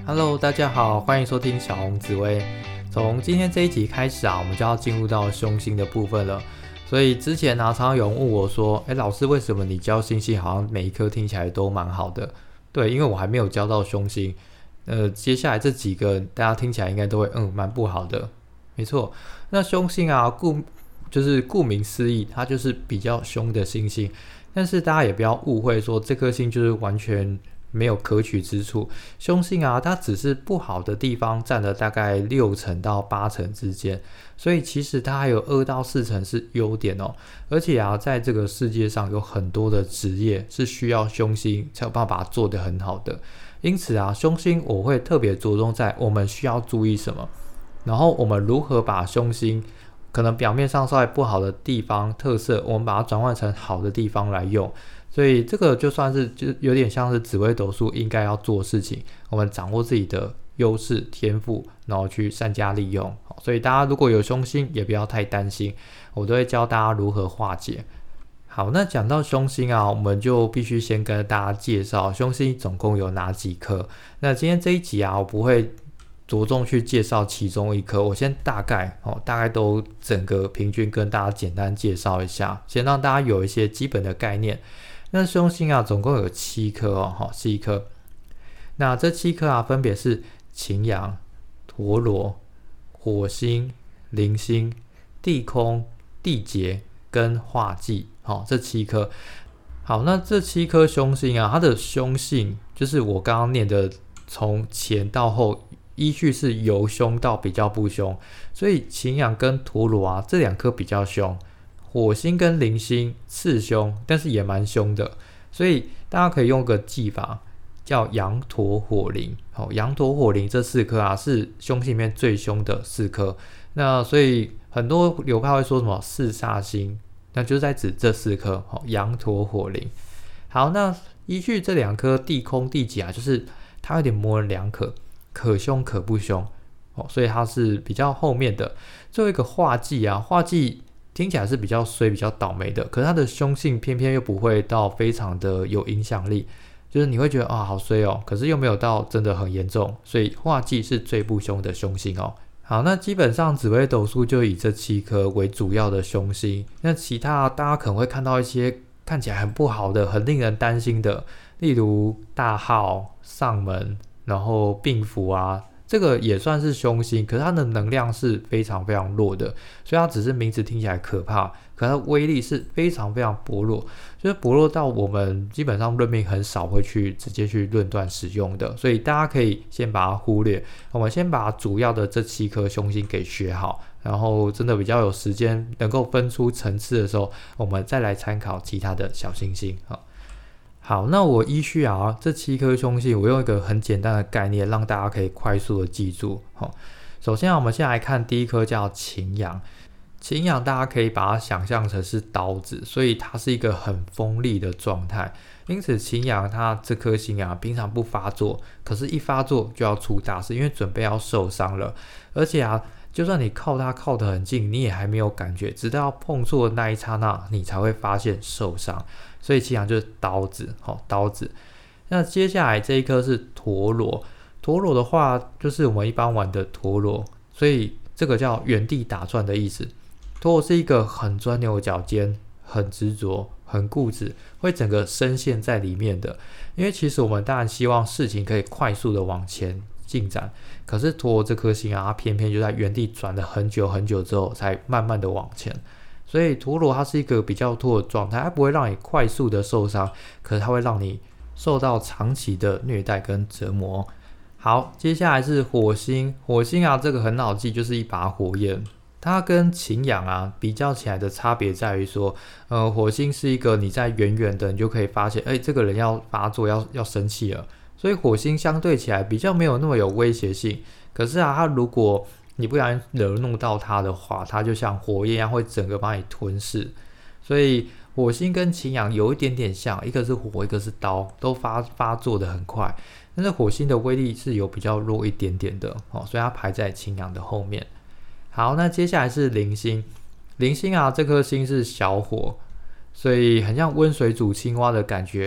Hello，大家好，欢迎收听小红紫薇。从今天这一集开始我们就要进入到凶星的部分了。所以之前常常有人问我说，老师为什么你教星星好像每一颗听起来都蛮好的？对，因为我还没有教到凶星。接下来这几个大家听起来应该都会蛮不好的。没错，那凶星就是顾名思义，它就是比较凶的星星。但是大家也不要误会说这颗星就是完全没有可取之处。凶星它只是不好的地方占了大概6成到8成之间，所以其实它还有2到4成是优点哦。而且在这个世界上有很多的职业是需要凶星才有办法把它做得很好的。因此凶星我会特别着重在我们需要注意什么，然后我们如何把凶星可能表面上稍微不好的地方特色，我们把它转换成好的地方来用。所以这个就算是就有点像是紫微斗数应该要做的事情，我们掌握自己的优势天赋，然后去善加利用。所以大家如果有凶星也不要太担心，我都会教大家如何化解。好，那讲到凶星我们就必须先跟大家介绍凶星总共有哪几颗。那今天这一集我不会着重去介绍其中一颗，我先大概都整个平均跟大家简单介绍一下，先让大家有一些基本的概念。那凶星总共有7颗7颗。那这7颗分别是擎羊、陀罗、火星、铃星、地空、地劫跟化忌这7颗。好，那这7颗凶星它的凶性就是我刚刚念的从前到后依序是由凶到比较不凶，所以擎羊跟陀罗这2颗比较凶，火星跟铃星次凶，但是也蛮凶的。所以大家可以用个记法叫羊陀火铃。羊陀火铃这4颗是凶星里面最凶的4颗。那所以很多流派会说什么4煞星，那就是在指这4颗羊陀火铃。好，那依据这2颗地空地劫就是它有点模棱两可，可凶可不凶所以它是比较后面的。最后一个化忌化忌听起来是比较衰比较倒霉的，可是它的凶性偏偏又不会到非常的有影响力，就是你会觉得好衰可是又没有到真的很严重，所以化忌是最不凶的凶星好，那基本上紫微斗数就以这7颗为主要的凶星。那其他大家可能会看到一些看起来很不好的很令人担心的，例如大耗、上门，然后病符这个也算是凶星，可是它的能量是非常非常弱的，所以它只是名字听起来可怕，可它的威力是非常非常薄弱，就是薄弱到我们基本上论命很少会去直接去论断使用的，所以大家可以先把它忽略。我们先把主要的这7颗凶星给学好，然后真的比较有时间能够分出层次的时候，我们再来参考其他的小星星好，那我依序这7颗凶星，我用一个很简单的概念让大家可以快速的记住首先我们先来看第一颗叫擎羊。擎羊大家可以把它想象成是刀子，所以它是一个很锋利的状态。因此擎羊它这颗星平常不发作，可是一发作就要出大事，因为准备要受伤了。而且就算你靠它靠得很近，你也还没有感觉，直到要碰触的那一刹那你才会发现受伤。所以擎羊就是刀子刀子。那接下来这一颗是陀罗。陀罗的话就是我们一般玩的陀螺，所以这个叫原地打转的意思。陀螺是一个很钻牛角尖、很执着、很固执，会整个深陷在里面的。因为其实我们当然希望事情可以快速的往前进展，可是陀螺这颗星它偏偏就在原地转了很久很久之后才慢慢的往前。所以陀螺它是一个比较拖的状态，它不会让你快速的受伤，可是它会让你受到长期的虐待跟折磨。好，接下来是火星。火星这个很好记，就是一把火焰。它跟擎羊比较起来的差别在于说，火星是一个你在远远的你就可以发现这个人要发作要生气了，所以火星相对起来比较没有那么有威胁性。可是它如果你不小心惹怒到它的话，它就像火焰一样会整个把你吞噬。所以火星跟擎羊有一点点像，一个是火一个是刀，都发作的很快，但是火星的威力是有比较弱一点点的所以它排在擎羊的后面。好，那接下来是铃星。铃星这颗星是小火，所以很像温水煮青蛙的感觉。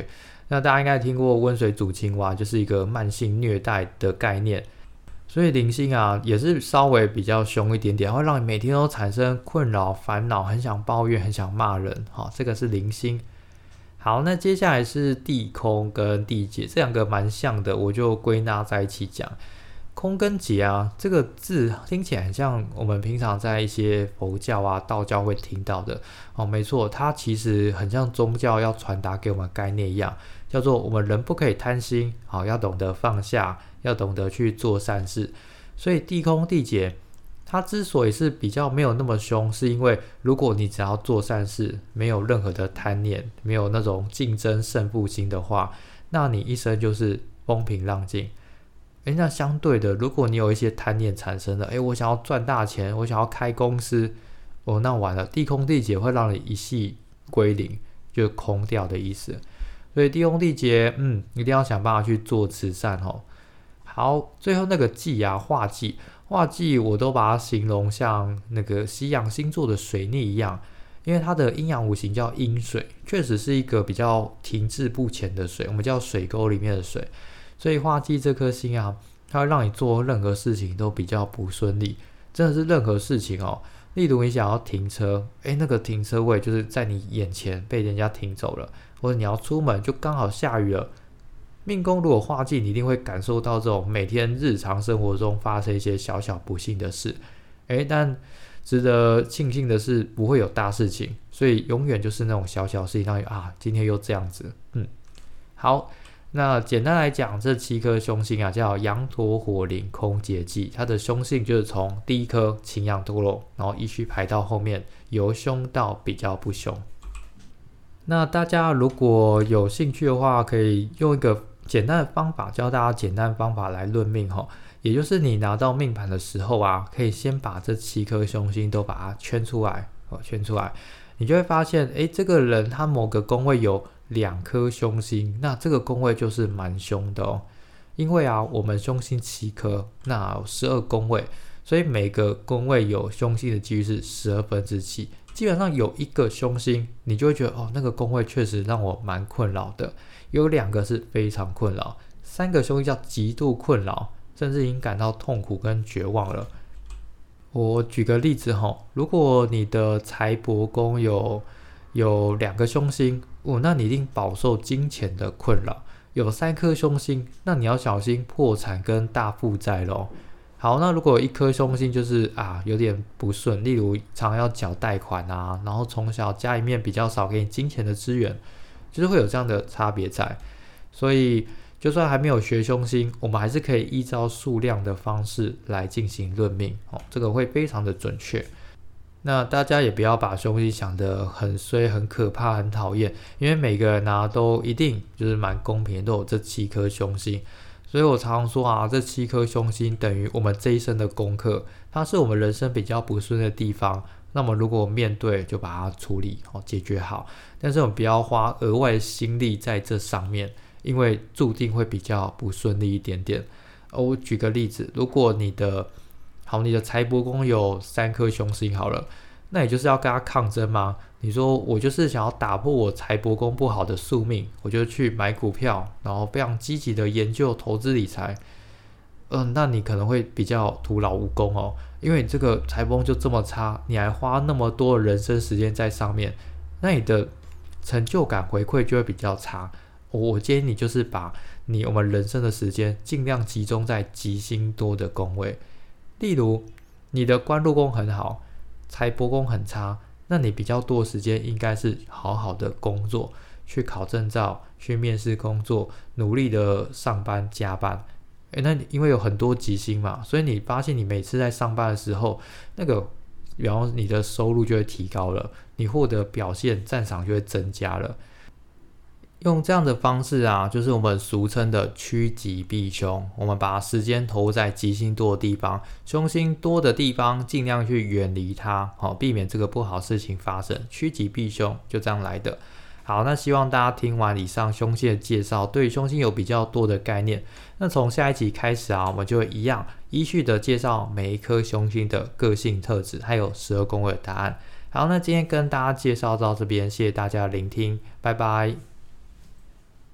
那大家应该听过温水煮青蛙，就是一个慢性虐待的概念。所以灵星啊，也是稍微比较凶一点点，会让你每天都产生困扰、烦恼，很想抱怨，很想骂人。好，这个是灵星。好，那接下来是地空跟地劫，这两个蛮像的，我就归纳在一起讲。空跟劫啊，这个字听起来很像我们平常在一些佛教啊、道教会听到的。没错，它其实很像宗教要传达给我们概念一样，叫做我们人不可以贪心，要懂得放下，要懂得去做善事。所以地空地劫它之所以是比较没有那么凶，是因为如果你只要做善事，没有任何的贪念，没有那种竞争胜负心的话，那你一生就是风平浪静。那相对的，如果你有一些贪念产生了，我想要赚大钱，我想要开公司，那完了，地空地劫会让你一夕归零，就是空掉的意思。所以地空地劫，一定要想办法去做慈善哦。好，最后那个忌啊，化忌，化忌我都把它形容像那个西洋星座的水逆一样，因为它的阴阳五行叫阴水，确实是一个比较停滞不前的水，我们叫水沟里面的水。所以化忌这颗星啊，它会让你做任何事情都比较不顺利，真的是任何事情哦。例如你想要停车，那个停车位就是在你眼前被人家停走了，或者你要出门就刚好下雨了。命宫如果化忌，你一定会感受到这种每天日常生活中发生一些小小不幸的事，但值得庆幸的是不会有大事情，所以永远就是那种小小事情让你今天又这样子。好。那简单来讲，这7颗凶星啊，叫羊陀火铃空劫忌，它的凶性就是从第一颗擎羊陀罗，然后依序排到后面，由凶到比较不凶。那大家如果有兴趣的话，可以用一个简单的方法教大家简单方法来论命也就是你拿到命盘的时候啊，可以先把这7颗凶星都把它圈出来，你就会发现，这个人他某个宫位有2颗凶星，那这个宫位就是蛮凶的哦。因为啊，我们凶星7颗，那有12宫位，所以每个宫位有凶星的几率是7/12。基本上有一个凶星，你就会觉得那个宫位确实让我蛮困扰的。有2个是非常困扰，3个凶星叫极度困扰，甚至已经感到痛苦跟绝望了。我举个例子如果你的财帛宫有2个凶星，那你一定饱受金钱的困扰。有3颗凶星，那你要小心破产跟大负债咯。好，那如果有1颗凶星就是有点不顺，例如常要缴贷款啊，然后从小家里面比较少给你金钱的资源，就是会有这样的差别在。所以就算还没有学凶星，我们还是可以依照数量的方式来进行论命这个会非常的准确。那大家也不要把凶星想得很衰、很可怕、很讨厌，因为每个人都一定就是蛮公平的，都有这7颗凶星。所以我常常说这7颗凶星等于我们这一生的功课，它是我们人生比较不顺的地方。那么如果面对，就把它处理解决好，但是我们不要花额外的心力在这上面，因为注定会比较不顺利一点点。我举个例子，如果你的财帛宫有3颗凶星好了，那你就是要跟他抗争吗？你说我就是想要打破我财帛宫不好的宿命，我就去买股票，然后非常积极的研究投资理财。那你可能会比较徒劳无功因为你这个财帛宫就这么差，你还花那么多人生时间在上面，那你的成就感回馈就会比较差。我建议你就是把我们人生的时间尽量集中在吉星多的宫位。例如你的官禄宫很好，财帛宫很差，那你比较多的时间应该是好好的工作，去考证照，去面试工作，努力的上班加班。那因为有很多吉星嘛，所以你发现你每次在上班的时候，比方你的收入就会提高了，你获得表现赞赏就会增加了。用这样的方式就是我们俗称的趋吉避凶，我们把时间投入在吉星多的地方，凶星多的地方尽量去远离它，避免这个不好事情发生，趋吉避凶就这样来的。好，那希望大家听完以上凶星的介绍，对凶星有比较多的概念。那从下一集开始我们就会一样依序的介绍每一颗凶星的个性特质，还有12宫位的答案。好，那今天跟大家介绍到这边，谢谢大家的聆听，拜拜。